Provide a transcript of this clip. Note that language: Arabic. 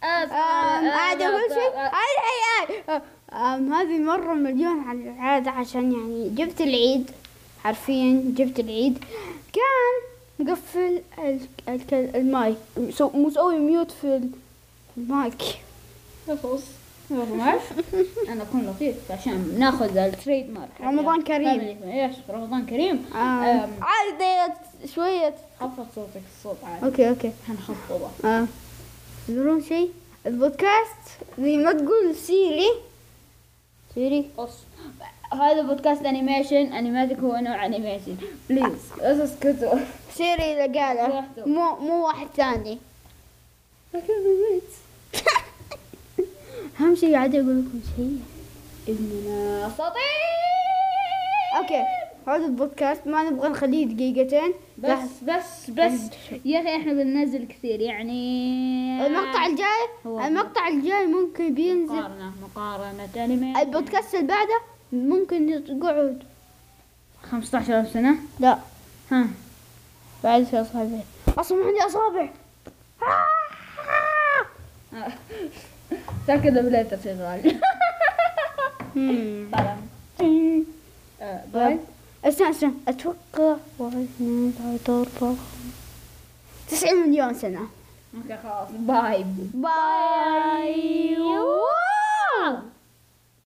عاد أقول شيء هذه مرة مليون على العادة، عشان يعني جبت العيد، حرفيا جبت العيد كان مقفل المايك، مسوي ميوت في المايك. خلاص والله انا اكون لطيف عشان ناخذ التريد مارك. رمضان كريم. ايش رمضان كريم. عادي شوية خفض صوتك، الصوت عادي. اوكي هنخفضه. تدرون شيء البودكاست زي ما تقول سيري بص، هذا بودكاست انيماتيك، هو نوع انيميشن. بليز اسكتوا. سيري اللي قاله مو واحد ثاني. اهم شيء قاعد اقول لكم شيء، اننا سطيع. اوكي هذا البودكاست ما نبغى نخليه دقيقتين بس يا اخي احنا بننزل كثير يعني. المقطع الجاي ممكن بينزل مقارنة انمي. البودكاست اللي بعده ممكن يقعد 15,000 سنة. لا بعد في اصابع. اصلا عندي اصابع. تاكد بليتر شغال. طبعا. استنى اتوقع 1 2 3 4 90 مليون سنة. اوكي خلاص باي.